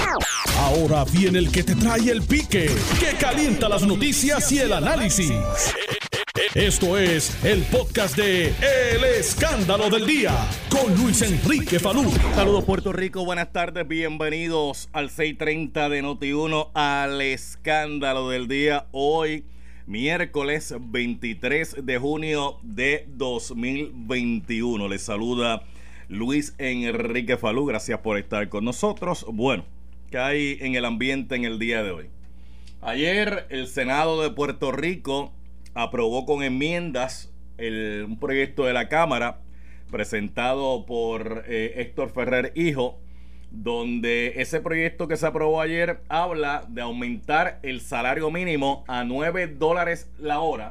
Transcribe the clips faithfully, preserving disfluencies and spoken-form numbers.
Ahora viene el que te trae el pique, que calienta las noticias y el análisis. Esto es el podcast de El Escándalo del Día, con Luis Enrique Falú. Saludos Puerto Rico, buenas tardes, bienvenidos al seiscientos treinta de Noti uno, al Escándalo del Día. Hoy, miércoles veintitrés de junio de dos mil veintiuno. Les saluda Luis Enrique Falú, gracias por estar con nosotros. Bueno, ¿qué hay en el ambiente en el día de hoy? Ayer el Senado de Puerto Rico aprobó con enmiendas el, un proyecto de la Cámara presentado por eh, Héctor Ferrer Hijo, donde ese proyecto que se aprobó ayer habla de aumentar el salario mínimo a nueve dólares la hora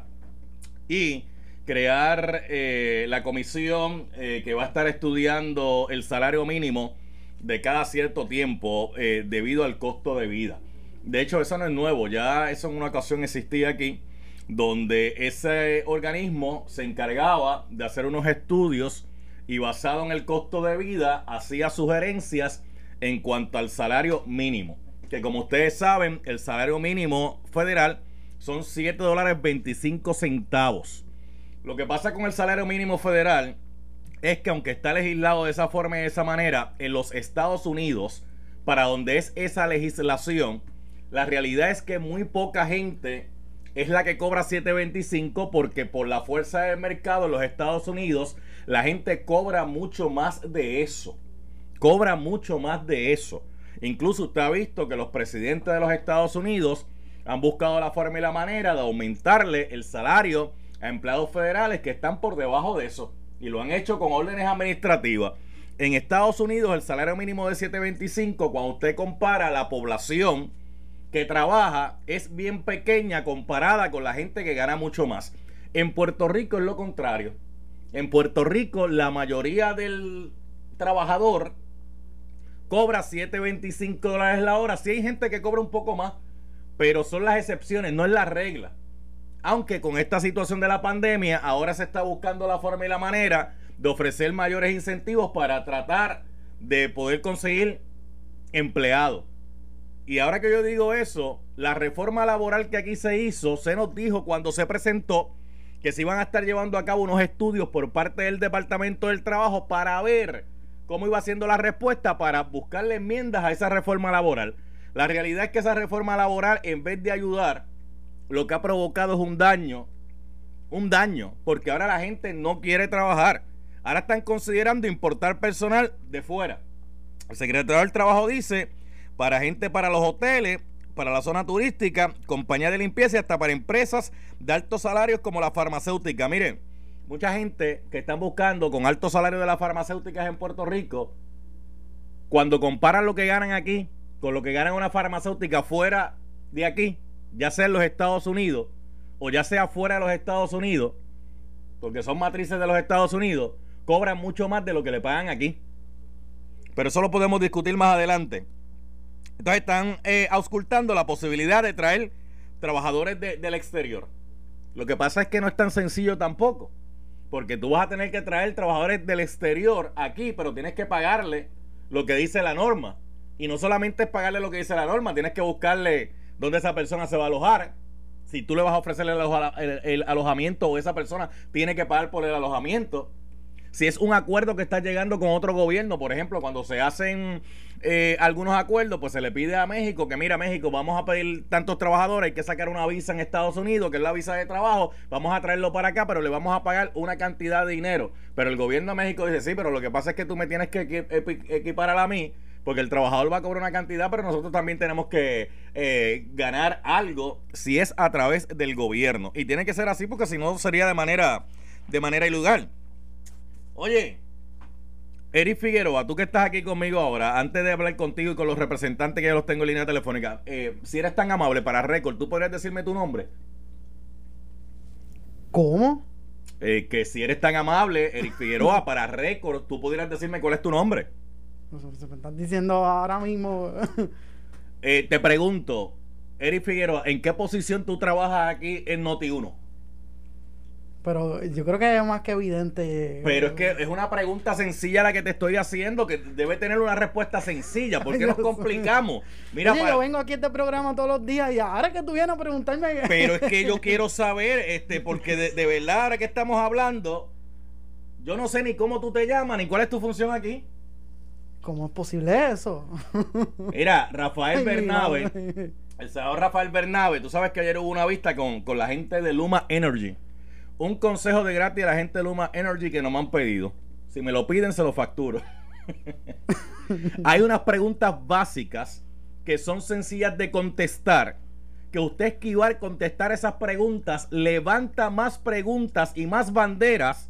y crear eh, la comisión eh, que va a estar estudiando el salario mínimo de cada cierto tiempo eh, debido al costo de vida. De hecho, eso no es nuevo, ya eso en una ocasión existía aquí, donde ese organismo se encargaba de hacer unos estudios y basado en el costo de vida hacía sugerencias en cuanto al salario mínimo, que como ustedes saben, el salario mínimo federal son siete dólares veinticinco centavos. Lo que pasa con el salario mínimo federal es que aunque está legislado de esa forma y de esa manera en los Estados Unidos, para donde es esa legislación, la realidad es que muy poca gente es la que cobra siete veinticinco, porque por la fuerza del mercado en los Estados Unidos la gente cobra mucho más de eso. Cobra mucho más de eso. Incluso usted ha visto que los presidentes de los Estados Unidos han buscado la forma y la manera de aumentarle el salario a empleados federales que están por debajo de eso. Y lo han hecho con órdenes administrativas. En Estados Unidos el salario mínimo de siete veinticinco, cuando usted compara la población que trabaja, es bien pequeña comparada con la gente que gana mucho más. En Puerto Rico es lo contrario. En Puerto Rico la mayoría del trabajador cobra siete veinticinco dólares la hora. Sí hay gente que cobra un poco más, pero son las excepciones, no es la regla. Aunque con esta situación de la pandemia ahora se está buscando la forma y la manera de ofrecer mayores incentivos para tratar de poder conseguir empleados. Y ahora que yo digo eso, la reforma laboral que aquí se hizo, se nos dijo cuando se presentó que se iban a estar llevando a cabo unos estudios por parte del Departamento del Trabajo para ver cómo iba siendo la respuesta para buscarle enmiendas a esa reforma laboral. La realidad es que esa reforma laboral, en vez de ayudar, lo que ha provocado es un daño, un daño, porque ahora la gente no quiere trabajar. Ahora están considerando importar personal de fuera. El secretario del Trabajo dice: para gente para los hoteles, para la zona turística, compañías de limpieza y hasta para empresas de altos salarios como la farmacéutica. Miren, mucha gente que están buscando con altos salarios de las farmacéuticas en Puerto Rico, cuando comparan lo que ganan aquí con lo que ganan una farmacéutica fuera de aquí, ya sea en los Estados Unidos o ya sea fuera de los Estados Unidos, porque son matrices de los Estados Unidos, cobran mucho más de lo que le pagan aquí. Pero eso lo podemos discutir más adelante. Entonces están eh, auscultando la posibilidad de traer trabajadores de, del exterior. Lo que pasa es que no es tan sencillo tampoco, porque tú vas a tener que traer trabajadores del exterior aquí, pero tienes que pagarle lo que dice la norma. Y no solamente es pagarle lo que dice la norma, tienes que buscarle dónde esa persona se va a alojar. Si tú le vas a ofrecerle el, aloja, el, el alojamiento, o esa persona tiene que pagar por el alojamiento. Si es un acuerdo que está llegando con otro gobierno, por ejemplo, cuando se hacen eh, algunos acuerdos, pues se le pide a México que, mira, México, vamos a pedir tantos trabajadores, hay que sacar una visa en Estados Unidos, que es la visa de trabajo, vamos a traerlo para acá, pero le vamos a pagar una cantidad de dinero. Pero el gobierno de México dice: sí, pero lo que pasa es que tú me tienes que equiparar a mí, porque el trabajador va a cobrar una cantidad, pero nosotros también tenemos que eh, ganar algo si es a través del gobierno. Y tiene que ser así, porque si no sería de manera, de manera ilegal. Oye, Eric Figueroa, tú que estás aquí conmigo ahora, antes de hablar contigo y con los representantes que ya los tengo en línea telefónica, eh, si eres tan amable, para récord, ¿tú podrías decirme tu nombre? ¿Cómo? Eh, que si eres tan amable, Eric Figueroa, para récord, ¿tú pudieras decirme cuál es tu nombre? Se me están diciendo ahora mismo. eh, te pregunto, Eric Figueroa, ¿en qué posición tú trabajas aquí en Noti uno? pero yo creo que es más que evidente. Pero es que es una pregunta sencilla la que te estoy haciendo, que debe tener una respuesta sencilla. ¿Por qué nos complicamos? Mira, Oye, para... yo vengo aquí a este programa todos los días y ahora que tú vienes a preguntarme... Pero es que yo quiero saber, este, porque de, de verdad, ahora que estamos hablando, yo no sé ni cómo tú te llamas, ni cuál es tu función aquí. ¿Cómo es posible eso? Mira, Rafael Ay, Bernabe, mira. el senador Rafael Bernabe, tú sabes que ayer hubo una vista con, con la gente de Luma Energy. Un consejo de gratis a la gente de Luma Energy que no me han pedido. Si me lo piden, se lo facturo. Hay unas preguntas básicas que son sencillas de contestar. Que usted esquivar contestar esas preguntas levanta más preguntas y más banderas,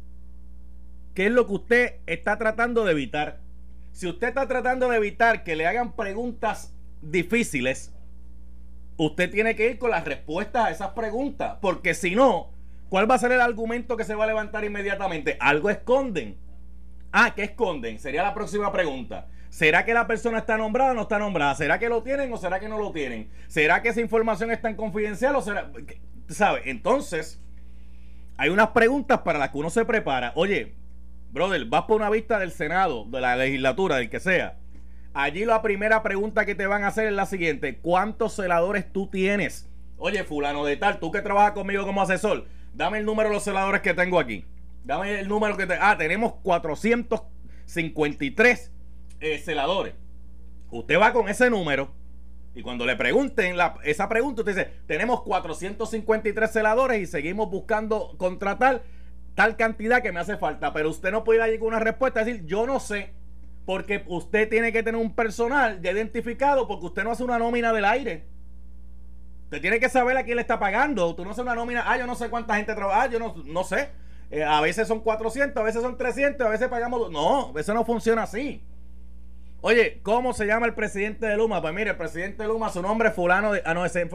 que es lo que usted está tratando de evitar. Si usted está tratando de evitar que le hagan preguntas difíciles, usted tiene que ir con las respuestas a esas preguntas, porque si no, ¿cuál va a ser el argumento que se va a levantar inmediatamente? Algo esconden. Ah, ¿qué esconden? Sería la próxima pregunta. ¿Será que la persona está nombrada o no está nombrada? ¿Será que lo tienen o será que no lo tienen? ¿Será que esa información es tan confidencial o será...? ¿Sabe? Entonces, hay unas preguntas para las que uno se prepara. Oye, brother, vas por una vista del Senado, de la legislatura, del que sea. Allí la primera pregunta que te van a hacer es la siguiente: ¿cuántos celadores tú tienes? Oye, fulano de tal, tú que trabajas conmigo como asesor, dame el número de los celadores que tengo aquí. Dame el número que te... Ah, tenemos cuatrocientos cincuenta y tres eh, celadores. Usted va con ese número y cuando le pregunten la, esa pregunta, usted dice, tenemos cuatrocientos cincuenta y tres celadores y seguimos buscando contratar tal cantidad que me hace falta. Pero usted no puede ir allí con una respuesta y decir, yo no sé, porque usted tiene que tener un personal ya identificado, porque usted no hace una nómina del aire. Usted tiene que saber a quién le está pagando. Tú no haces una nómina, ah, yo no sé cuánta gente trabaja, ah, yo no, no sé. Eh, a veces son cuatrocientos, a veces son trescientos, a veces pagamos... No, eso no funciona así. Oye, ¿cómo se llama el presidente de Luma? Pues mire, el presidente de Luma, su nombre es fulano de... Ah, no, ese...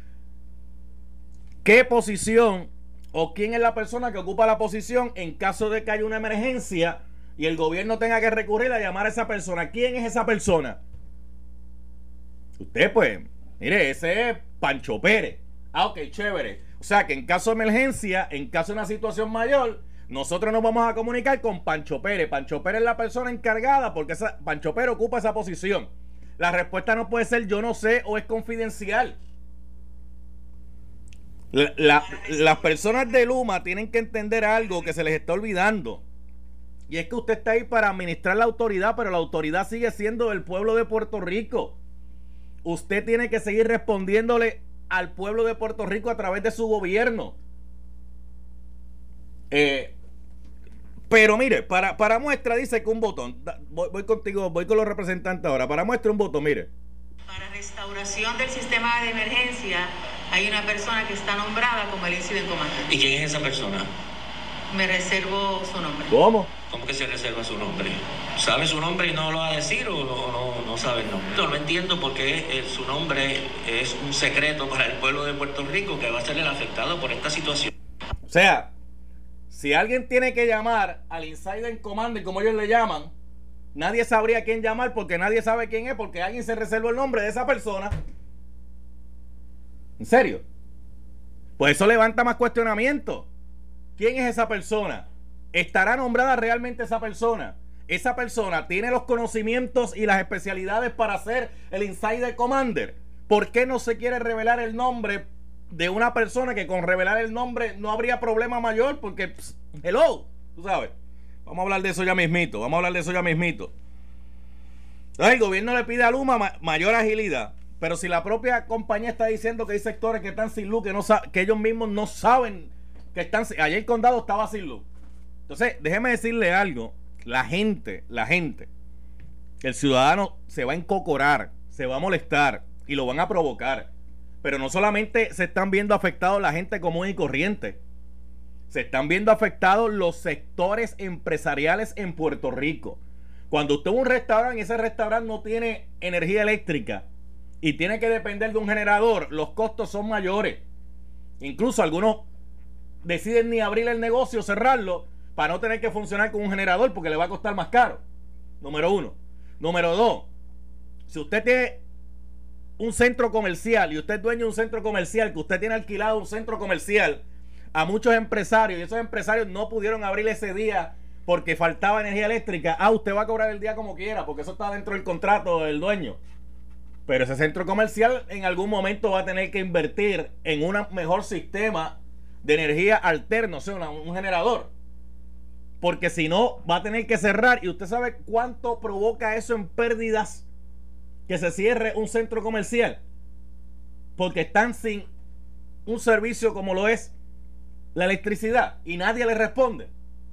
¿Qué posición o quién es la persona que ocupa la posición en caso de que haya una emergencia y el gobierno tenga que recurrir a llamar a esa persona? ¿Quién es esa persona? Usted, pues, mire, ese es Pancho Pérez. Ah, ok, chévere. O sea que en caso de emergencia, en caso de una situación mayor, nosotros nos vamos a comunicar con Pancho Pérez. Pancho Pérez es la persona encargada porque esa, Pancho Pérez ocupa esa posición. La respuesta no puede ser yo no sé o es confidencial. La, la, las personas de Luma tienen que entender algo que se les está olvidando. Y es que usted está ahí para administrar la autoridad, pero la autoridad sigue siendo del pueblo de Puerto Rico. Usted tiene que seguir respondiéndole al pueblo de Puerto Rico a través de su gobierno. Eh, pero mire, para, para muestra dice que un botón, da, voy, voy contigo, voy con los representantes ahora, para muestra un botón, mire. Para restauración del sistema de emergencia hay una persona que está nombrada como el incident commander. ¿Y quién es esa persona? Me reservo su nombre. ¿Cómo? ¿Cómo que se reserva su nombre? ¿Sabe su nombre y no lo va a decir o no, no, no sabe el nombre? No, no entiendo por qué eh, su nombre es un secreto para el pueblo de Puerto Rico que va a ser el afectado por esta situación. O sea, si alguien tiene que llamar al Insider Commander, como ellos le llaman, nadie sabría quién llamar porque nadie sabe quién es, porque alguien se reservó el nombre de esa persona. ¿En serio? Pues eso levanta más cuestionamiento. ¿Quién es esa persona? ¿Estará nombrada realmente esa persona? ¿Esa persona tiene los conocimientos y las especialidades para ser el Insider Commander? ¿Por qué no se quiere revelar el nombre de una persona que con revelar el nombre no habría problema mayor? Porque, pss, hello, tú sabes. Vamos a hablar de eso ya mismito, vamos a hablar de eso ya mismito. Entonces el gobierno le pide a Luma ma- mayor agilidad, pero si la propia compañía está diciendo que hay sectores que están sin luz, que, no sa- que ellos mismos no saben que están... Ayer el condado estaba sin luz. Entonces, déjeme decirle algo. La gente, la gente, el ciudadano se va a encocorar, se va a molestar y lo van a provocar. Pero no solamente se están viendo afectados la gente común y corriente, se están viendo afectados los sectores empresariales en Puerto Rico. Cuando usted va a un restaurante y ese restaurante no tiene energía eléctrica y tiene que depender de un generador, los costos son mayores. Incluso algunos deciden ni abrir el negocio, cerrarlo, para no tener que funcionar con un generador porque le va a costar más caro. Número uno. Número dos, si usted tiene un centro comercial y usted es dueño de un centro comercial, que usted tiene alquilado un centro comercial, a muchos empresarios, y esos empresarios no pudieron abrir ese día porque faltaba energía eléctrica. Ah, usted va a cobrar el día como quiera, porque eso está dentro del contrato del dueño. Pero ese centro comercial en algún momento va a tener que invertir en un mejor sistema de energía alterno, o sea, una, un generador. Porque si no, va a tener que cerrar. Y usted sabe cuánto provoca eso en pérdidas, que se cierre un centro comercial. Porque están sin un servicio como lo es la electricidad y nadie le responde.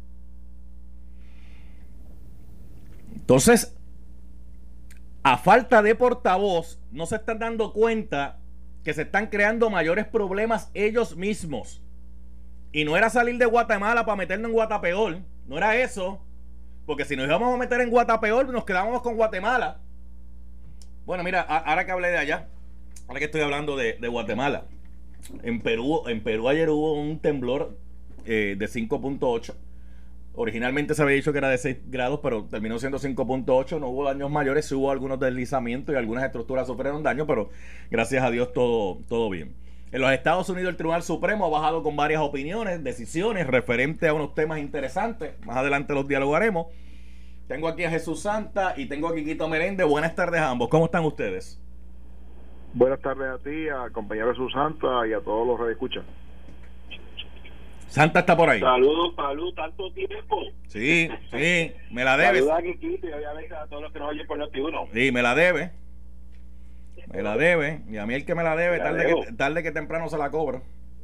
Entonces, a falta de portavoz, no se están dando cuenta que se están creando mayores problemas ellos mismos. Y no era salir de Guatemala para meternos en Guatapeor, no era eso, porque si nos íbamos a meter en Guatapeor, nos quedábamos con Guatemala. Bueno, mira, ahora que hablé de allá, ahora que estoy hablando de, de Guatemala, en Perú, en Perú ayer hubo un temblor eh, de cinco punto ocho. Originalmente se había dicho que era de seis grados, pero terminó siendo cinco punto ocho. No hubo daños mayores, sí hubo algunos deslizamientos y algunas estructuras sufrieron daño, pero gracias a Dios todo, todo bien. En los Estados Unidos el Tribunal Supremo ha bajado con varias opiniones, decisiones referentes a unos temas interesantes. Más adelante los dialogaremos. Tengo aquí a Jesús Santa y tengo a Quiquito Meléndez. Buenas tardes a ambos. ¿Cómo están ustedes? Buenas tardes a ti, a compañero Jesús Santa y a todos los que escuchan. Santa está por ahí. Saludos, Palú, tanto tiempo. Sí, sí, me la debes. Saludos a Quiquito y obviamente a todos los que nos oyen por Noti uno. Sí, me la debe. Me la debe. Y a mí el que me la debe, tarde que, tarde que temprano se la cobro.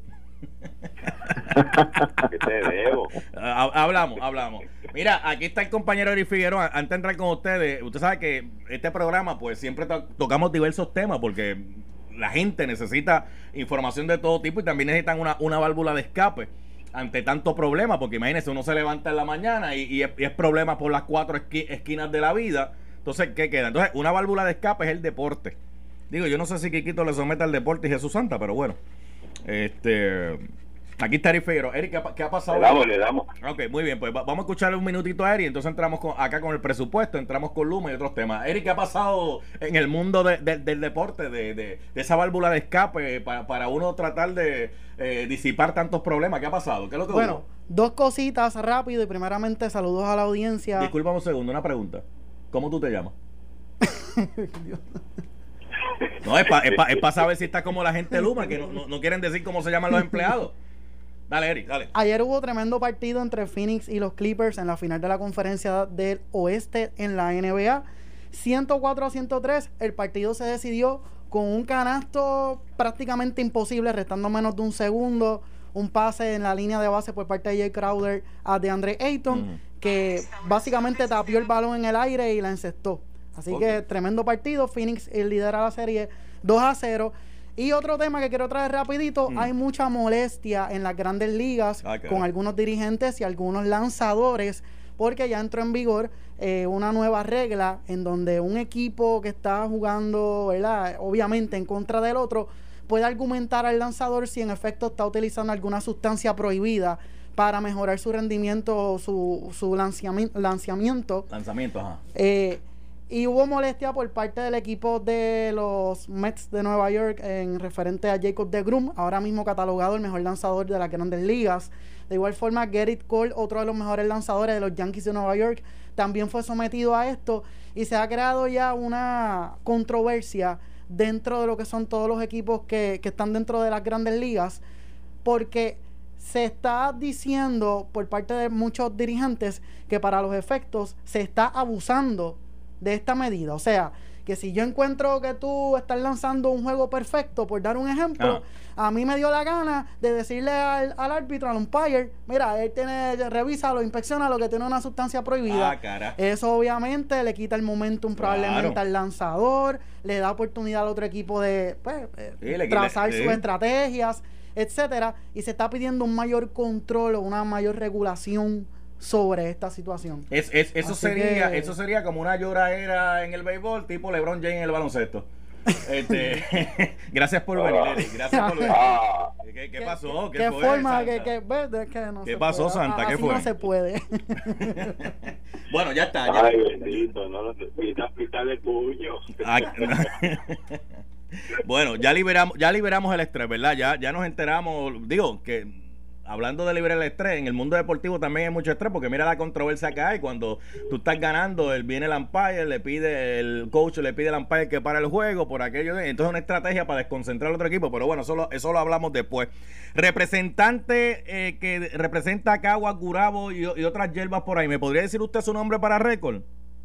Que te debo. Hablamos, hablamos. Mira, aquí está el compañero Eric Figueroa. Antes de entrar con ustedes, usted sabe que este programa, pues siempre to- tocamos diversos temas porque la gente necesita información de todo tipo y también necesitan una, una válvula de escape ante tanto problema, porque imagínense, uno se levanta en la mañana y, y, es, y es problema por las cuatro esqui- esquinas de la vida. Entonces, ¿qué queda? Entonces, una válvula de escape es el deporte. Digo, yo no sé si Quiquito le somete al deporte y Jesús Santa, pero bueno. Este... Aquí está Eric Figueroa. Eric, ¿qué ha, ¿qué ha pasado? Le damos, le damos. Ok, muy bien, pues va, vamos a escucharle un minutito a Eric, entonces entramos con, acá con el presupuesto, entramos con Luma y otros temas. Eric, ¿qué ha pasado en el mundo de, de, del deporte, de, de, de esa válvula de escape para, para uno tratar de eh, disipar tantos problemas? ¿Qué ha pasado? ¿Qué es lo que Bueno, hubo? dos cositas rápido y primeramente saludos a la audiencia. Disculpa un segundo, una pregunta. ¿Cómo tú te llamas? No, es para es pa, es pa saber si está como la gente Luma, que no, no, no quieren decir cómo se llaman los empleados. Dale, Eric, dale. Ayer hubo tremendo partido entre Phoenix y los Clippers en la final de la conferencia del oeste en la N B A. ciento cuatro a ciento tres, el partido se decidió con un canasto prácticamente imposible, restando menos de un segundo, un pase en la línea de base por parte de Jay Crowder a DeAndre Ayton, mm. que básicamente tapió el balón en el aire y la encestó. Así okay. que tremendo partido. Phoenix lidera la serie dos a cero. Y otro tema que quiero traer rapidito, mm. hay mucha molestia en las grandes ligas ah, con algunos dirigentes y algunos lanzadores, porque ya entró en vigor eh, una nueva regla en donde un equipo que está jugando, ¿verdad?, obviamente en contra del otro, puede argumentar al lanzador si en efecto está utilizando alguna sustancia prohibida para mejorar su rendimiento o su, su lanzamiento. Lanzamiento, lanzamiento ajá. Eh, Y hubo molestia por parte del equipo de los Mets de Nueva York en referente a Jacob deGrom, ahora mismo catalogado el mejor lanzador de las grandes ligas. De igual forma, Gerrit Cole, otro de los mejores lanzadores de los Yankees de Nueva York, también fue sometido a esto y se ha creado ya una controversia dentro de lo que son todos los equipos que, que están dentro de las grandes ligas, porque se está diciendo por parte de muchos dirigentes que para los efectos se está abusando de esta medida. O sea, que si yo encuentro que tú estás lanzando un juego perfecto, por dar un ejemplo, ah. a mí me dio la gana de decirle al, al árbitro, al umpire, mira, él tiene, revísalo, inspecciona lo que tiene una sustancia prohibida. Ah, cara. Eso obviamente le quita el momentum claro. probablemente al lanzador, le da oportunidad al otro equipo de pues, sí, le, trazar le, sus le, estrategias, etcétera, y se está pidiendo un mayor control o una mayor regulación sobre esta situación. Es, es, eso Así sería que... eso sería como una lloradera en el béisbol, tipo LeBron James en el baloncesto. Este, gracias por venir, Eric. Gracias por venir. ¿Qué, qué pasó? ¿Qué, ¿Qué fue, forma? ¿Qué, qué, ves, que no ¿Qué pasó, puede. Santa? A, ¿Qué así fue? no se puede. Bueno, ya está. Ya. Ay, bendito, no lo necesitas pitarle puño. Bueno, ya liberamos, ya liberamos el estrés, ¿verdad? Ya, ya nos enteramos, digo, que hablando de libre el estrés, en el mundo deportivo también hay mucho estrés, porque mira la controversia que hay cuando tú estás ganando, él viene el umpire, le pide, el coach le pide al umpire que para el juego, por aquello, de, entonces es una estrategia para desconcentrar al otro equipo, pero bueno, eso lo, eso lo hablamos después. Representante eh, que representa a Caguas, Gurabo y, y otras hierbas por ahí, ¿me podría decir usted su nombre para récord?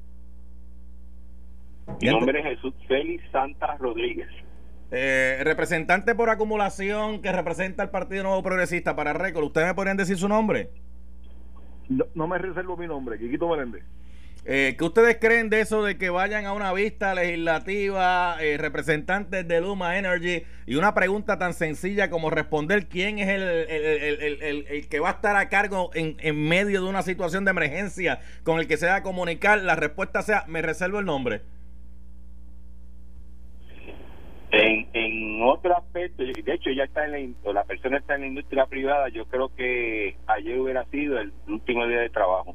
Mi nombre es Jesús Félix Santa Rodríguez. Eh, representante por acumulación que representa al Partido Nuevo Progresista para récord, ¿ustedes me podrían decir su nombre? No, no me reservo mi nombre, Quiquito Meléndez. Eh, ¿Qué ustedes creen de eso de que vayan a una vista legislativa, eh, representantes de Luma Energy, y una pregunta tan sencilla como responder quién es el, el, el, el, el, el que va a estar a cargo en, en medio de una situación de emergencia con el que se va a comunicar? La respuesta sea, me reservo el nombre. En, en otro aspecto, de hecho ya está en la, la persona está en la industria privada, yo creo que ayer hubiera sido el último día de trabajo.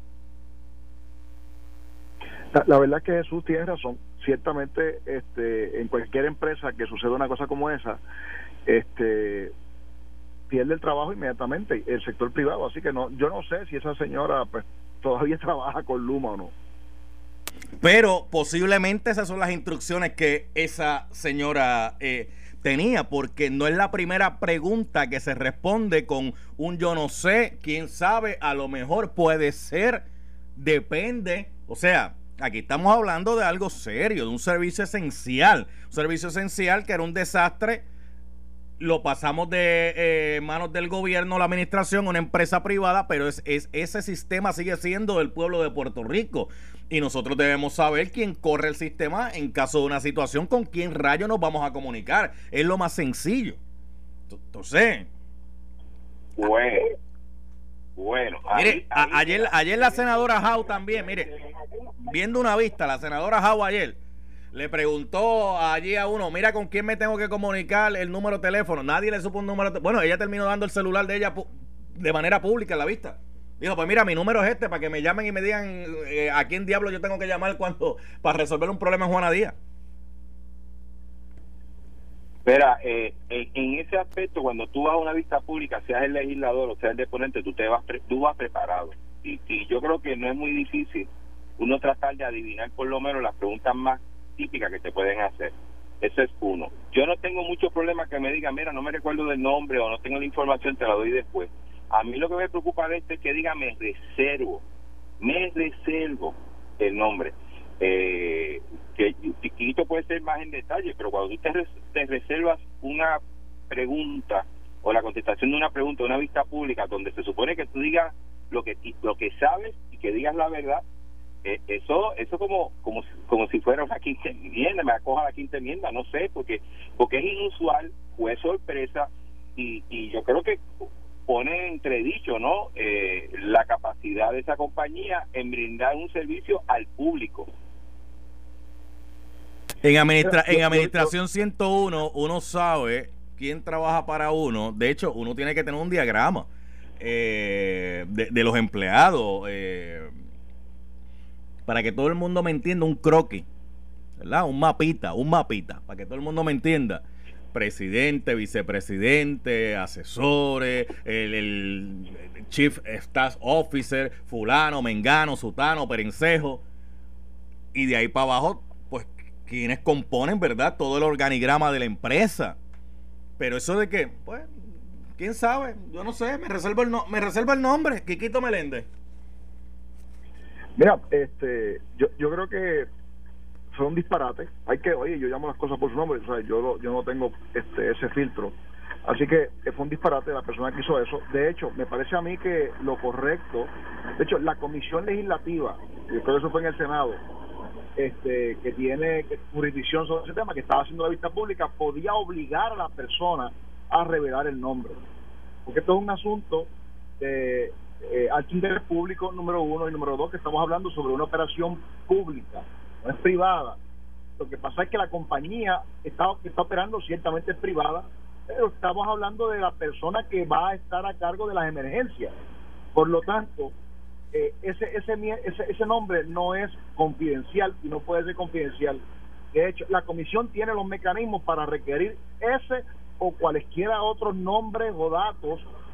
La, la verdad es que Jesús tiene razón. Ciertamente, este, en cualquier empresa que suceda una cosa como esa, este, pierde el trabajo inmediatamente el sector privado. Así que no, yo no sé si esa señora pues todavía trabaja con Luma o no. Pero posiblemente esas son las instrucciones que esa señora eh, tenía, porque no es la primera pregunta que se responde con un yo no sé, quién sabe, a lo mejor puede ser, depende. O sea, aquí estamos hablando de algo serio, de un servicio esencial, un servicio esencial que era un desastre. Lo pasamos de eh, manos del gobierno, la administración, una empresa privada, pero es, es ese sistema sigue siendo del pueblo de Puerto Rico. Y nosotros debemos saber quién corre el sistema en caso de una situación, con quién rayo nos vamos a comunicar. Es lo más sencillo. Entonces... Bueno, bueno. Mire, ahí, a, ahí, ayer, ayer la senadora Jau también, mire, viendo una vista, la senadora Jau ayer le preguntó allí a uno, mira con quién me tengo que comunicar, el número de teléfono. Nadie le supo un número de teléfono. Bueno, ella terminó dando el celular de ella de manera pública en la vista. Dijo, pues mira, mi número es este, para que me llamen y me digan eh, a quién diablo yo tengo que llamar cuando para resolver un problema en Juana Díaz. Espera, eh, en, en ese aspecto, cuando tú vas a una vista pública, seas el legislador o seas el deponente, tú te vas pre, tú vas preparado. Y, y yo creo que no es muy difícil uno tratar de adivinar por lo menos las preguntas más típicas que te pueden hacer. Eso es uno. Yo no tengo mucho problema que me digan, mira, no me recuerdo del nombre o no tengo la información, te la doy después. A mí lo que me preocupa de esto es que diga, me reservo, me reservo el nombre. Eh, que chiquito puede ser más en detalle, pero cuando tú te, res, te reservas una pregunta o la contestación de una pregunta, una vista pública, donde se supone que tú digas lo que lo que sabes y que digas la verdad, eh, eso eso como como como si fuera una quinta enmienda, me acoja la quinta enmienda, no sé, porque porque es inusual, fue sorpresa y, y yo creo que pone entredicho, ¿no? Eh, la capacidad de esa compañía en brindar un servicio al público. En, administra en administración ciento uno uno sabe quién trabaja para uno. De hecho, uno tiene que tener un diagrama eh, de, de los empleados eh, para que todo el mundo me entienda, un croquis, ¿verdad? Un mapita, un mapita, para que todo el mundo me entienda. Presidente, vicepresidente, asesores, el, el Chief Staff Officer, fulano, mengano, sutano, perencejo, y de ahí para abajo, pues, quienes componen, ¿verdad?, todo el organigrama de la empresa. Pero eso de que, pues, quién sabe, yo no sé, me reservo el, no me reservo el nombre, Quiquito Meléndez. Mira, este, yo, yo creo que fue un disparate. Hay que, oye, yo llamo las cosas por su nombre, o sea, yo, yo no tengo este ese filtro. Así que fue un disparate la persona que hizo eso. De hecho, me parece a mí que lo correcto, de hecho, la comisión legislativa, yo creo que eso fue en el Senado, este que tiene jurisdicción sobre ese tema, que estaba haciendo la vista pública, podía obligar a la persona a revelar el nombre. Porque esto es un asunto de eh, alto interés público, número uno, y número dos, que estamos hablando sobre una operación pública, no es privada. Lo que pasa es que la compañía está, que está operando ciertamente es privada, pero estamos hablando de la persona que va a estar a cargo de las emergencias. Por lo tanto, eh, ese, ese, ese, ese nombre no es confidencial y no puede ser confidencial. De hecho, la comisión tiene los mecanismos para requerir ese o cualesquiera otros nombres o datos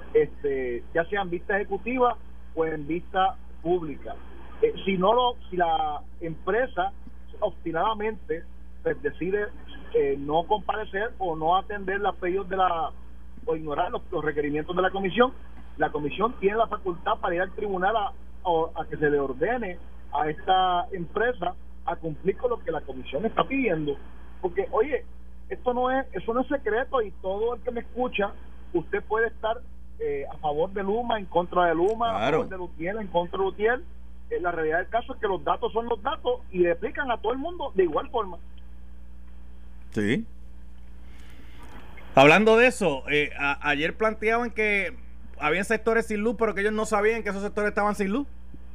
este, ya sea en vista ejecutiva o en vista pública. Eh, si no lo, si la empresa obstinadamente pues, decide eh, no comparecer o no atender los pedidos de la o ignorar los, los requerimientos de la comisión, la comisión tiene la facultad para ir al tribunal a, a, a que se le ordene a esta empresa a cumplir con lo que la comisión está pidiendo, porque oye, esto no es, eso no es secreto, y todo el que me escucha, usted puede estar eh, a favor de Luma, en contra de Luma, claro, a favor de Lutiel, en contra de Lutiel. Eh, la realidad del caso es que los datos son los datos y le aplican a todo el mundo de igual forma. Sí. Hablando de eso, eh, a, ayer planteaban que habían sectores sin luz, pero que ellos no sabían que esos sectores estaban sin luz.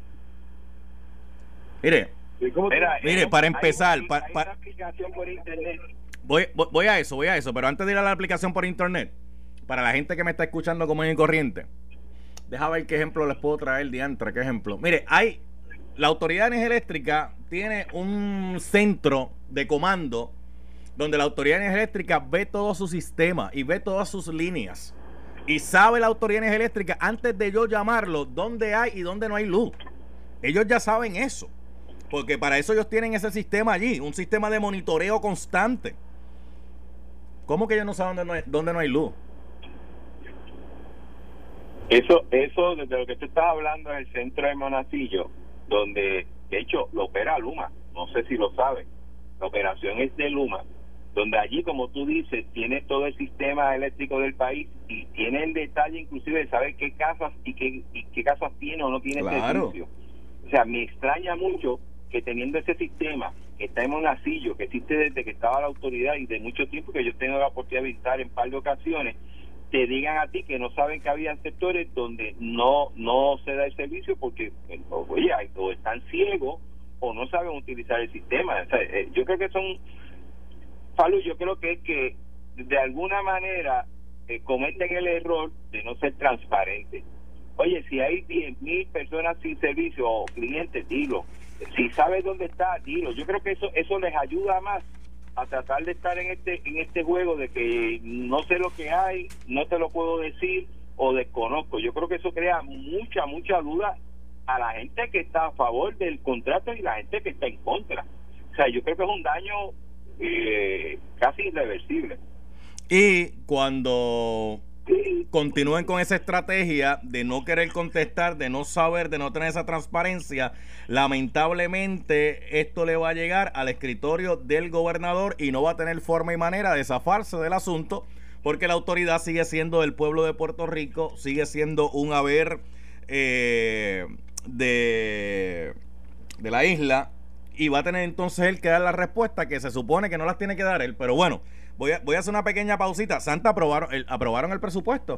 Mire, Mira, mire, para empezar, hay, para, hay para, una aplicación por internet. Voy, voy, voy a eso, voy a eso, pero antes de ir a la aplicación por internet, para la gente que me está escuchando común y corriente, deja ver qué ejemplo les puedo traer, diantre, qué ejemplo. Mire, hay, la Autoridad de Energía Eléctrica tiene un centro de comando donde la Autoridad de Energía Eléctrica ve todo su sistema y ve todas sus líneas. Y sabe la Autoridad de Energía Eléctrica, antes de yo llamarlo, dónde hay y dónde no hay luz. Ellos ya saben eso, porque para eso ellos tienen ese sistema allí, un sistema de monitoreo constante. ¿Cómo que ellos no saben dónde no hay, dónde no hay luz? Eso, eso desde lo que tú estás hablando es el centro de Monacillo, donde de hecho lo opera Luma, no sé si lo sabes, la operación es de Luma, donde allí, como tú dices, tiene todo el sistema eléctrico del país y tiene el detalle inclusive de saber qué casas y qué, y qué casas tiene o no tiene claro. servicio. O sea, me extraña mucho que teniendo ese sistema que está en Monacillo, que existe desde que estaba la autoridad y de mucho tiempo, que yo tengo la oportunidad de visitar en un par de ocasiones, te digan a ti que no saben que había sectores donde no no se da el servicio porque, oye, o están ciegos o no saben utilizar el sistema. O sea, eh, yo creo que son, Falu, yo creo que es que de alguna manera eh, cometen el error de no ser transparentes. Oye, si hay diez mil personas sin servicio o clientes, dilo. Si sabes dónde está, dilo. Yo creo que eso eso les ayuda más a tratar de estar en este en este juego de que no sé lo que hay, no te lo puedo decir o desconozco. Yo creo que eso crea mucha, mucha duda a la gente que está a favor del contrato y la gente que está en contra. O sea, yo creo que es un daño eh, casi irreversible. Y cuando continúen con esa estrategia de no querer contestar, de no saber, de no tener esa transparencia, lamentablemente esto le va a llegar al escritorio del gobernador y no va a tener forma y manera de zafarse del asunto, porque la autoridad sigue siendo del pueblo de Puerto Rico, sigue siendo un haber eh, de, de la isla, y va a tener entonces él que dar la respuesta que se supone que no las tiene que dar él. Pero bueno, Voy a, voy a hacer una pequeña pausita. Santa, ¿aprobaron el, ¿aprobaron el presupuesto?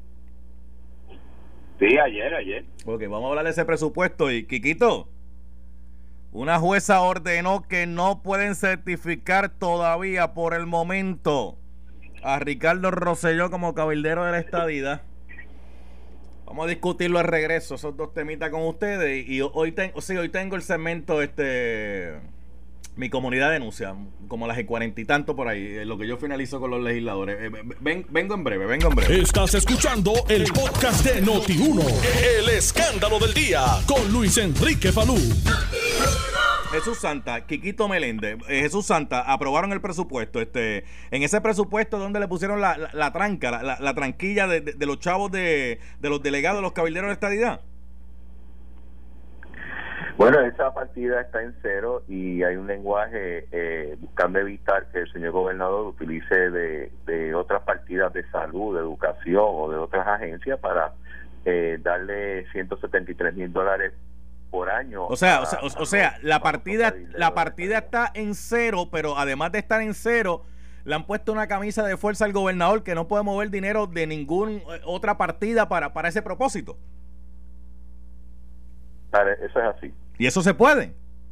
Sí, ayer, ayer. Ok, vamos a hablar de ese presupuesto. Y, Quiquito, una jueza ordenó que no pueden certificar todavía por el momento a Ricardo Rosselló como cabildero de la estadidad. Vamos a discutirlo al regreso, esos dos temitas con ustedes. Y, y hoy, ten, sí, hoy tengo el segmento este... Mi comunidad denuncia, como las cuarenta y tanto por ahí, lo que yo finalizo con los legisladores. Eh, ven, vengo en breve, vengo en breve. Estás escuchando el podcast de Noti uno, el escándalo del día, con Luis Enrique Falú. Jesús Santa, Quiquito Meléndez, eh, Jesús Santa, aprobaron el presupuesto. Este, en ese presupuesto donde le pusieron la, la, la tranca, la, la, la tranquilla de, de, de los chavos de, de los delegados, de los cabilderos de estadidad. Bueno, esa partida está en cero y hay un lenguaje eh, buscando evitar que el señor gobernador utilice de, de otras partidas de salud, de educación o de otras agencias para eh, darle ciento setenta y tres mil dólares por año. O sea, a, o sea, o, o sea la partida la partida está en cero, pero además de estar en cero, le han puesto una camisa de fuerza al gobernador que no puede mover dinero de ninguna otra partida para, para ese propósito. Eso es así. ¿Y eso se puede?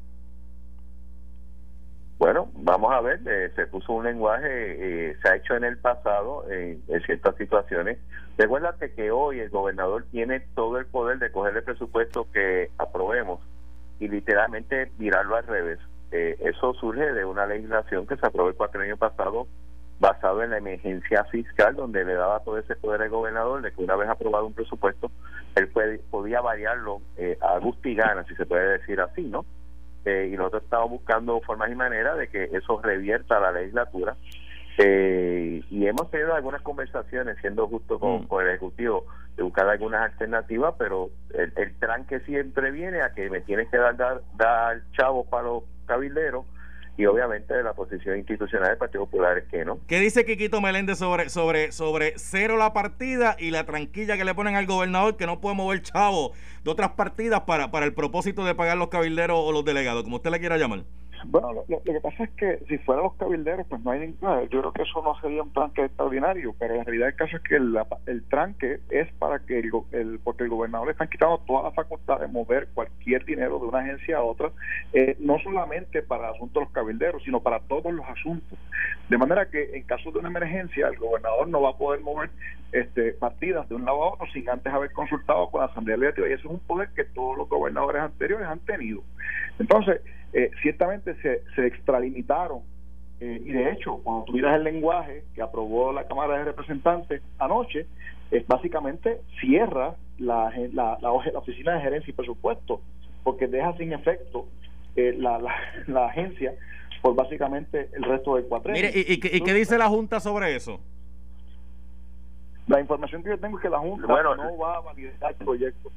Bueno, vamos a ver, eh, se puso un lenguaje, eh, se ha hecho en el pasado eh, en ciertas situaciones. Recuérdate que hoy el gobernador tiene todo el poder de coger el presupuesto que aprobemos y literalmente virarlo al revés. Eh, eso surge de una legislación que se aprobó el cuatrienio pasado basado en la emergencia fiscal, donde le daba todo ese poder al gobernador de que una vez aprobado un presupuesto, él puede, podía variarlo eh, a gusto y gana, si se puede decir así, ¿no? Eh, y nosotros estamos buscando formas y maneras de que eso revierta a la legislatura. Eh, y hemos tenido algunas conversaciones, siendo justo con, mm. con el Ejecutivo, de buscar algunas alternativas, pero el, el tranque siempre viene a que me tienes que dar, dar, dar chavos para los cabilderos, y obviamente de la posición institucional del Partido Popular es que no. ¿Qué dice Quiquito Meléndez sobre sobre sobre cero la partida y la tranquilla que le ponen al gobernador, que no puede mover chavo de otras partidas para, para el propósito de pagar los cabilderos o los delegados, como usted le quiera llamar? Bueno, lo, lo que pasa es que si fueran los cabilderos, pues no hay ningún... Yo creo que eso no sería un tranque extraordinario, pero la realidad del caso es que el, el tranque es para que el, el... porque el gobernador le están quitando toda la facultad de mover cualquier dinero de una agencia a otra, eh, no solamente para asuntos de los cabilderos, sino para todos los asuntos. De manera que en caso de una emergencia, el gobernador no va a poder mover este partidas de un lado a otro sin antes haber consultado con la Asamblea Legislativa, y eso es un poder que todos los gobernadores anteriores han tenido. Entonces, Eh, ciertamente se, se extralimitaron eh, y de hecho cuando tú miras el lenguaje que aprobó la Cámara de Representantes anoche, es básicamente cierra la, la, la, la oficina de gerencia y presupuesto, porque deja sin efecto eh, la, la, la agencia por básicamente el resto del cuatrenio. Mire, ¿y, y, y qué dice la Junta sobre eso? La información que yo tengo es que la Junta bueno, no va a validar el proyecto.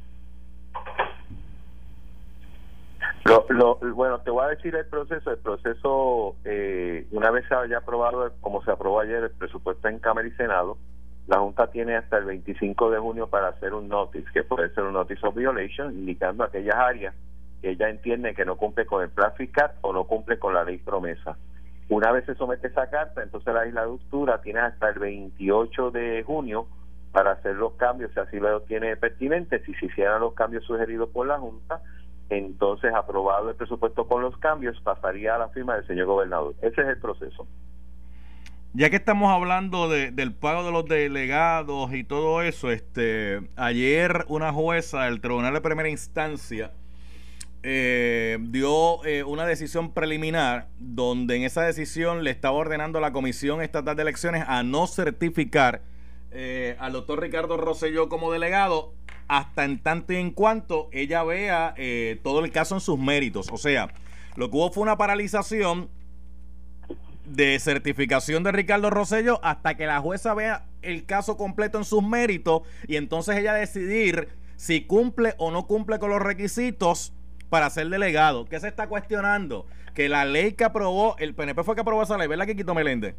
Lo, lo, bueno, te voy a decir el proceso. El proceso, eh, una vez se haya aprobado, como se aprobó ayer, el presupuesto en Cámara y Senado, la Junta tiene hasta el veinticinco de junio para hacer un notice, que puede ser un notice of violation, indicando aquellas áreas que ella entiende que no cumple con el plan fiscal o no cumple con la ley promesa. Una vez se somete esa carta, entonces la legislatura tiene hasta el veintiocho de junio para hacer los cambios, si así lo tiene pertinente. Si se hicieran los cambios sugeridos por la Junta, entonces aprobado el presupuesto con los cambios, pasaría a la firma del señor gobernador. Ese es el proceso. Ya que estamos hablando de, del pago de los delegados y todo eso, este ayer una jueza del Tribunal de Primera Instancia eh, dio eh, una decisión preliminar, donde en esa decisión le estaba ordenando a la Comisión Estatal de Elecciones a no certificar eh, al doctor Ricardo Rosselló como delegado hasta en tanto y en cuanto ella vea eh, todo el caso en sus méritos. O sea, lo que hubo fue una paralización de certificación de Ricardo Rosselló hasta que la jueza vea el caso completo en sus méritos, y entonces ella decidir si cumple o no cumple con los requisitos para ser delegado. ¿Qué se está cuestionando? Que la ley que aprobó, el P N P fue que aprobó esa ley, ¿verdad, Quiquito Meléndez?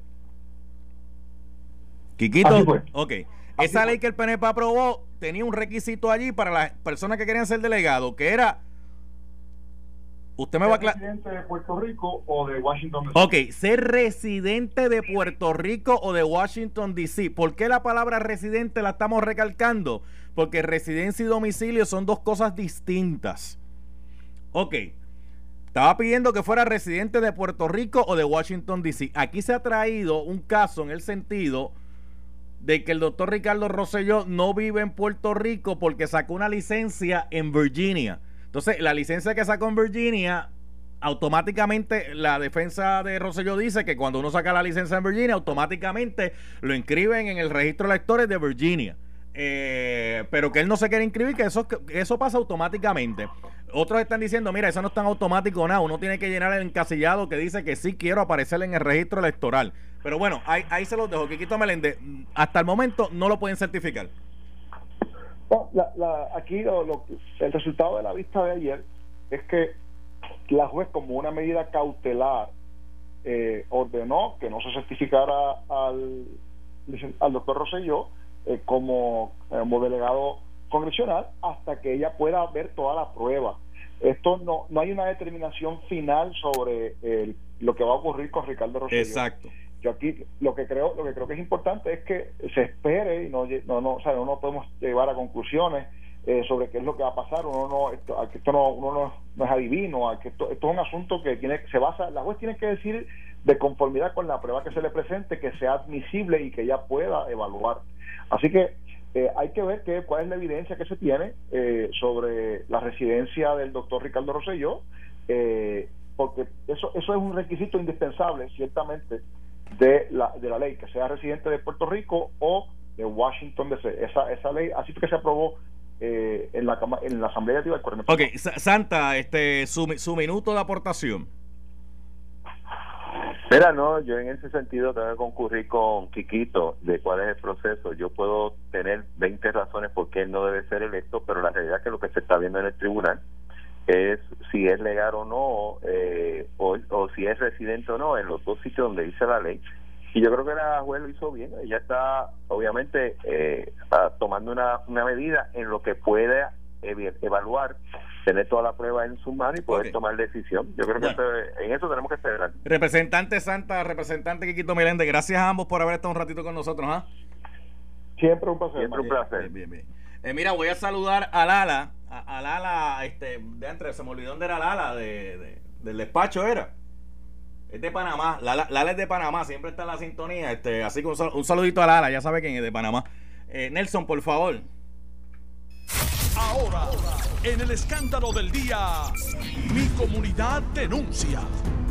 Quiquito, ok. Esa ley que el P N P aprobó tenía un requisito allí para las personas que querían ser delegados, que era... Usted me va a aclarar. ¿Residente de Puerto Rico o de Washington D C? Ok, ser residente de Puerto Rico o de Washington D C. ¿Por qué la palabra residente la estamos recalcando? Porque residencia y domicilio son dos cosas distintas. Ok, estaba pidiendo que fuera residente de Puerto Rico o de Washington D C. Aquí se ha traído un caso en el sentido de que el doctor Ricardo Rosselló no vive en Puerto Rico porque sacó una licencia en Virginia. Entonces, la licencia que sacó en Virginia, automáticamente la defensa de Rosselló dice que cuando uno saca la licencia en Virginia, automáticamente lo inscriben en el registro de electores de Virginia. Eh, pero que él no se quiere inscribir, que eso, que eso pasa automáticamente. Otros están diciendo, mira, eso no es tan automático nada, uno tiene que llenar el encasillado que dice que sí quiero aparecer en el registro electoral. Pero bueno, ahí, ahí se los dejo. Quiquito Meléndez, hasta el momento no lo pueden certificar. No, la, la, aquí lo, lo, el resultado de la vista de ayer es que la juez, como una medida cautelar, eh, ordenó que no se certificara al, al doctor Rosselló eh, como, como delegado congresional hasta que ella pueda ver toda la prueba. Esto no no hay una determinación final sobre eh, lo que va a ocurrir con Ricardo Rosselló. Exacto. Yo aquí lo que creo lo que creo que es importante es que se espere y no no no, o sea, no podemos llevar a conclusiones eh, sobre qué es lo que va a pasar. Uno no esto, esto no uno no, no es adivino, que esto, esto es un asunto que tiene se basa la juez tiene que decir de conformidad con la prueba que se le presente que sea admisible y que ella pueda evaluar. Así que eh, hay que ver que, cuál es la evidencia que se tiene eh, sobre la residencia del doctor Ricardo Rosselló, eh, porque eso eso es un requisito indispensable, ciertamente, de la, de la ley, que sea residente de Puerto Rico o de Washington D C. Esa, esa ley, así que se aprobó eh, en, la, en la Asamblea Legislativa del Cuerno. Ok, Santa, este, su, su minuto de aportación. Mira, no, yo en ese sentido tengo que concurrir con Quiquito de cuál es el proceso. Yo puedo tener veinte razones por qué él no debe ser electo, pero la realidad es que lo que se está viendo en el tribunal es si es legal o no, eh, o, o si es residente o no, en los dos sitios donde dice la ley. Y yo creo que la juez lo hizo bien. Ella está, obviamente, eh, está tomando una, una medida en lo que puede evaluar, tener toda la prueba en sus manos y poder okay. tomar decisión. Yo creo que bueno. este, en eso tenemos que esperar. Representante Santa, representante Quiquito Meléndez, gracias a ambos por haber estado un ratito con nosotros. ¿ah? Siempre un placer. Siempre un placer. Bien, bien, bien. Eh, mira, voy a saludar a Lala, a, a Lala, este, de entre, se me olvidó dónde era Lala, de, de, del despacho era. Es de Panamá, Lala, Lala es de Panamá, siempre está en la sintonía, este, así que un, un saludito a Lala, ya sabe quién es, de Panamá. Eh, Nelson, por favor. Ahora, en el escándalo del día, mi comunidad denuncia.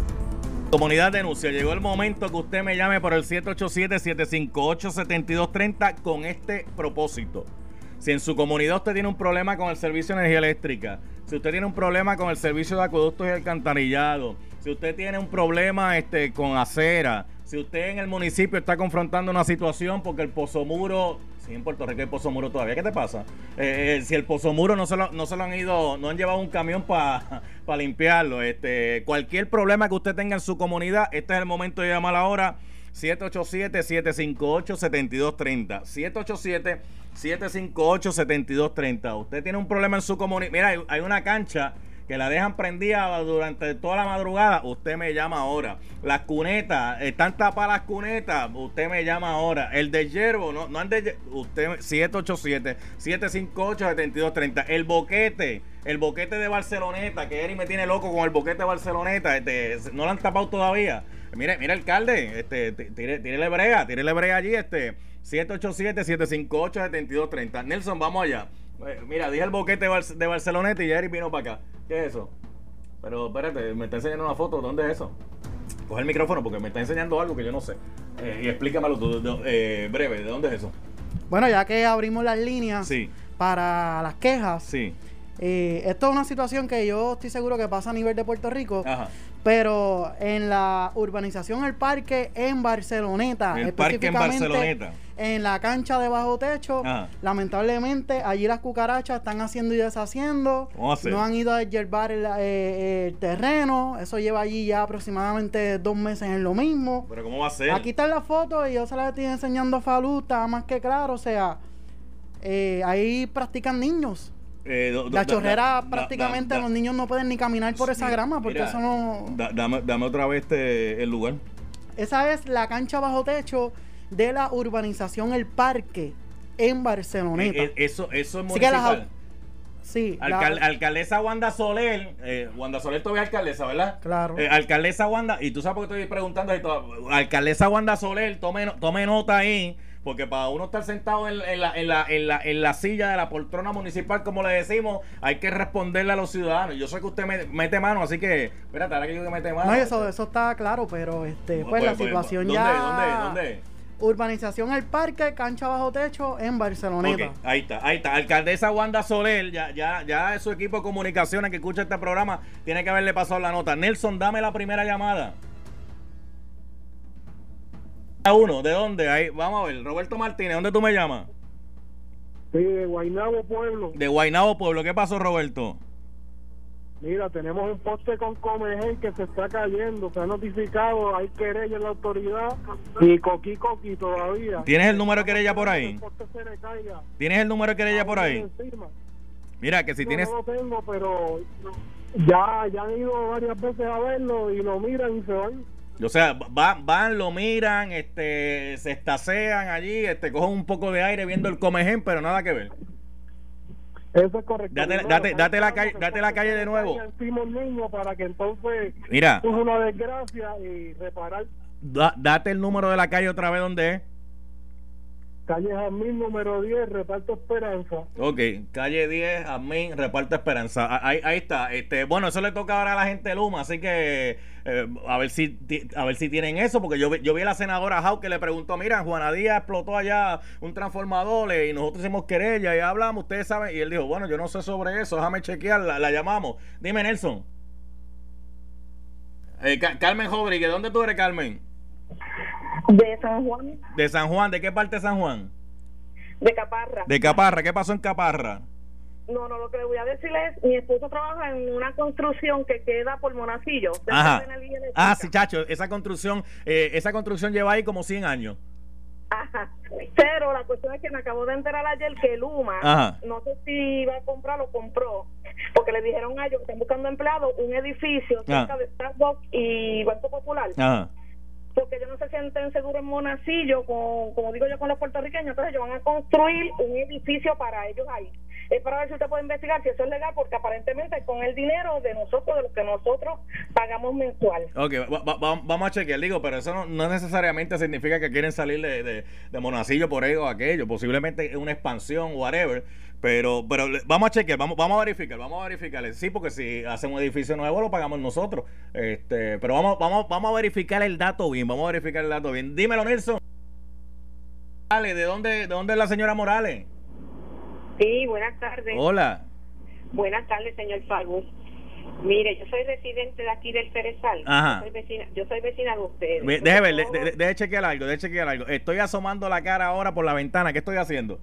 Comunidad denuncia, llegó el momento que usted me llame por el siete ocho siete, siete cinco ocho, siete dos tres cero con este propósito. Si en su comunidad usted tiene un problema con el servicio de energía eléctrica, si usted tiene un problema con el servicio de acueductos y alcantarillado, si usted tiene un problema este, con acera, si usted en el municipio está confrontando una situación porque el pozomuro, sí, en Puerto Rico hay pozomuro todavía, ¿qué te pasa? Eh, eh, si el pozomuro no se lo, no se lo han ido, no han llevado un camión para pa limpiarlo, este, cualquier problema que usted tenga en su comunidad, este es el momento de llamar ahora. siete ocho siete, siete cinco ocho, siete dos tres cero siete ocho siete, siete cinco ocho, siete dos tres cero. Usted tiene un problema en su comunidad. Mira, hay, hay una cancha que la dejan prendida durante toda la madrugada. Usted me llama ahora. Las cunetas, están tapadas las cunetas. Usted me llama ahora. El de yerbo, no, no el de yerbo. Usted, siete ocho siete, siete cinco ocho, siete dos tres cero. El boquete, el boquete de Barceloneta, que Eri me tiene loco con el boquete de Barceloneta. Este, no lo han tapado todavía. Mire, mire, alcalde, este, tire, tírele brea, tírele brea allí, este, siete ocho siete, siete cinco ocho, siete dos tres cero. Nelson, vamos allá. Eh, mira, dije el boquete de, Bar de Barceloneta y Jerry vino para acá. ¿Qué es eso? Pero espérate, me está enseñando una foto. ¿Dónde es eso? Coge el micrófono porque me está enseñando algo que yo no sé. Eh, y explícamelo tú, de, eh, breve, ¿de dónde es eso? Bueno, ya que abrimos las líneas sí. para las quejas, sí. eh, esto es una situación que yo estoy seguro que pasa a nivel de Puerto Rico. Ajá. Pero en la urbanización El Parque en Barceloneta, el parque en Barceloneta, en la cancha de bajo techo, ajá. lamentablemente allí las cucarachas están haciendo y deshaciendo. No han ido a yerbar el, eh, el terreno. Eso lleva allí ya aproximadamente dos meses en lo mismo. ¿Pero cómo va a ser? Aquí está la foto y yo se la estoy enseñando a Falú, está más que claro. O sea, eh, ahí practican niños. Eh, do, do, la chorrera da, prácticamente da, da, los niños no pueden ni caminar por sí, esa grama porque mira, eso no... Da, dame, dame otra vez este, el lugar. Esa es la cancha bajo techo de la urbanización El Parque en Barceloneta. Eh, eh, eso, eso es municipal. Sí. Alcal, la, alcaldesa Wanda Soler, eh, Wanda Soler todavía es alcaldesa, ¿verdad? Claro. Eh, alcaldesa Wanda, y tú sabes por qué estoy preguntando esto, alcaldesa Wanda Soler, tome, tome nota ahí. Porque para uno estar sentado en, en, la, en, la, en, la, en la silla de la poltrona municipal, como le decimos, hay que responderle a los ciudadanos. Yo sé que usted me, mete mano, así que, espérate, ahora que yo que mete mano. No, eso, eso está claro, pero este, pues, pues la pues, situación ¿dónde, ya... ¿Dónde? ¿Dónde? Urbanización El Parque, cancha bajo techo en Barceloneta. Okay, ahí está, ahí está. Alcaldesa Wanda Soler, ya, ya, ya su equipo de comunicaciones que escucha este programa tiene que haberle pasado la nota. Nelson, dame la primera llamada. Uno, ¿de dónde? Ahí, vamos a ver, Roberto Martínez, ¿dónde tú me llamas? Sí, de Guaynabo, Pueblo. De Guaynabo, Pueblo, ¿qué pasó, Roberto? Mira, tenemos un poste con Comején que se está cayendo, se ha notificado, hay querella en la autoridad y coqui coqui todavía. ¿Tienes el número de querella por ahí? ¿Tienes el número de querella por ahí? Mira, que si no, tienes... No lo tengo, pero ya, ya han ido varias veces a verlo y lo miran y se van. O sea, van, van, lo miran, este, se estacean allí, este, cogen un poco de aire viendo el Comején, pero nada que ver. Eso es correcto. Date, date, date la calle, date la calle de nuevo. Niño para que entonces mira, es una desgracia y reparar. Da, date el número de la calle otra vez, ¿dónde es? calle Jamín número diez, Reparto Esperanza. Ok, calle diez, Jamín, Reparto Esperanza. Ahí, ahí está. Este, bueno, eso le toca ahora a la gente de Luma, así que eh, a ver si a ver si tienen eso, porque yo, yo vi a la senadora Jau que le preguntó, mira, Juana Díaz explotó allá un transformador y nosotros hicimos querella y hablamos, ustedes saben, y él dijo, bueno, yo no sé sobre eso, déjame chequear, la, la llamamos. Dime, Nelson. Eh, Carmen Rodríguez, ¿dónde tú eres, Carmen? De San Juan. De San Juan, ¿de qué parte de San Juan? De Caparra. De Caparra, ¿qué pasó en Caparra? No, no, lo que le voy a decir es, mi esposo trabaja en una construcción que queda por Monacillo. Ajá. Ah, sí, chacho, esa construcción, eh, esa construcción lleva ahí como cien años. Ajá. Pero la cuestión es que me acabo de enterar ayer que Luma, Ajá. no sé si iba a comprar o compró, porque le dijeron a ellos que están buscando empleados, un edificio cerca Ajá. de Starbucks y Banco Popular. Ajá. Porque ellos no se sienten seguros en Monacillo, con, como digo yo, con los puertorriqueños, entonces ellos van a construir un edificio para ellos ahí. Es para ver si usted puede investigar si eso es legal, porque aparentemente con el dinero de nosotros, de lo que nosotros pagamos mensual. Ok, va, va, vamos a chequear, digo, pero eso no, no necesariamente significa que quieren salir de, de, de Monacillo por ello o aquello, posiblemente es una expansión, whatever, pero pero vamos a chequear, vamos, vamos a verificar, vamos a verificar, sí, porque si hacen un edificio nuevo lo pagamos nosotros, este, pero vamos, vamos, vamos a verificar el dato bien, vamos a verificar el dato bien. Dímelo, Nelson. Dale, ¿de dónde, de dónde es la señora Morales? Sí, buenas tardes. Hola. Buenas tardes, señor Falvo. Mire, yo soy residente de aquí del Cerezal. Ajá. Yo soy vecina, yo soy vecina de ustedes. Ve, déjeme ver, de, de, de chequear algo, de chequear algo. Estoy asomando la cara ahora por la ventana. ¿Qué estoy haciendo?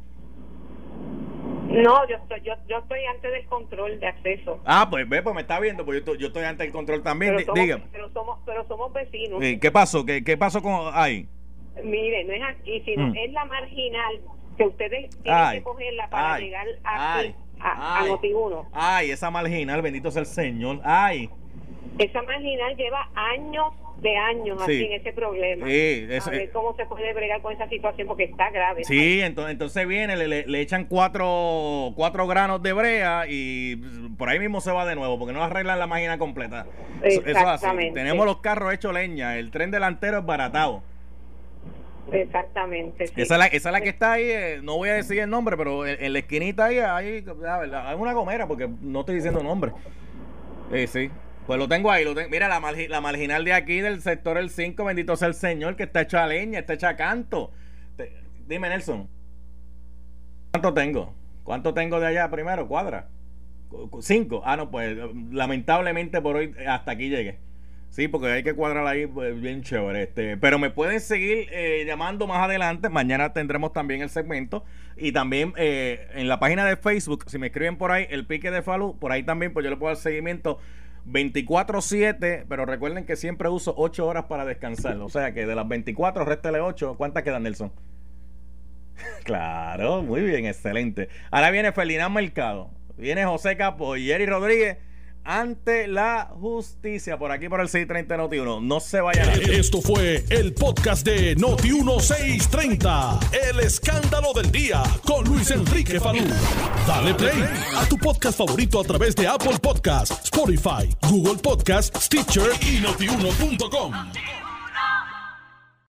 No, yo estoy, yo, yo estoy antes del control de acceso. Ah, pues ve, pues me está viendo, pues yo estoy, yo estoy antes del control también. Pero somos, Dígame. Pero somos, pero somos vecinos. ¿Qué pasó? ¿Qué, qué pasó con ahí? Mire, no es aquí, sino mm. es la marginal que ustedes tienen ay, que cogerla para ay, llegar aquí, ay, a, a Noti uno. Ay, esa marginal, bendito sea el Señor. Ay. Esa marginal lleva años de años sí. así en ese problema. Sí, eso, a ver cómo se puede bregar con esa situación porque está grave. Sí, entonces, entonces viene, le, le, le echan cuatro, cuatro granos de brea y por ahí mismo se va de nuevo porque no arreglan la máquina completa. Exactamente. Eso es así. Tenemos los carros hechos leña, el tren delantero es baratado. Exactamente. Sí. Esa, es la, esa es la que está ahí, eh, no voy a decir el nombre, pero en, en la esquinita ahí hay, hay una gomera, porque no estoy diciendo nombre. Eh, sí, pues lo tengo ahí. Lo tengo. Mira, la, margi, la marginal de aquí del sector el cinco, bendito sea el Señor, que está hecha a leña, está hecha a canto. Te, dime, Nelson, ¿cuánto tengo? ¿Cuánto tengo de allá primero? ¿Cuadra? ¿Cinco? Ah, no, pues lamentablemente por hoy hasta aquí llegué. Sí, porque hay que cuadrar ahí pues, bien chévere. Este, pero me pueden seguir eh, llamando más adelante. Mañana tendremos también el segmento. Y también eh, en la página de Facebook, si me escriben por ahí, el Pique de Falú, por ahí también, pues yo le puedo dar seguimiento veinticuatro siete. Pero recuerden que siempre uso ocho horas para descansar. O sea que de las veinticuatro, réstele ocho. ¿Cuántas quedan, Nelson? Claro, muy bien, excelente. Ahora viene Ferdinand Mercado. Viene José Capo y Jerry Rodríguez. Ante la justicia, por aquí por el seiscientos treinta Noti uno. No se vayan. Esto fue el podcast de Noti uno seiscientos treinta. El escándalo del día con Luis Enrique Falú. Dale play a tu podcast favorito a través de Apple Podcasts, Spotify, Google Podcasts, Stitcher y notiuno punto com.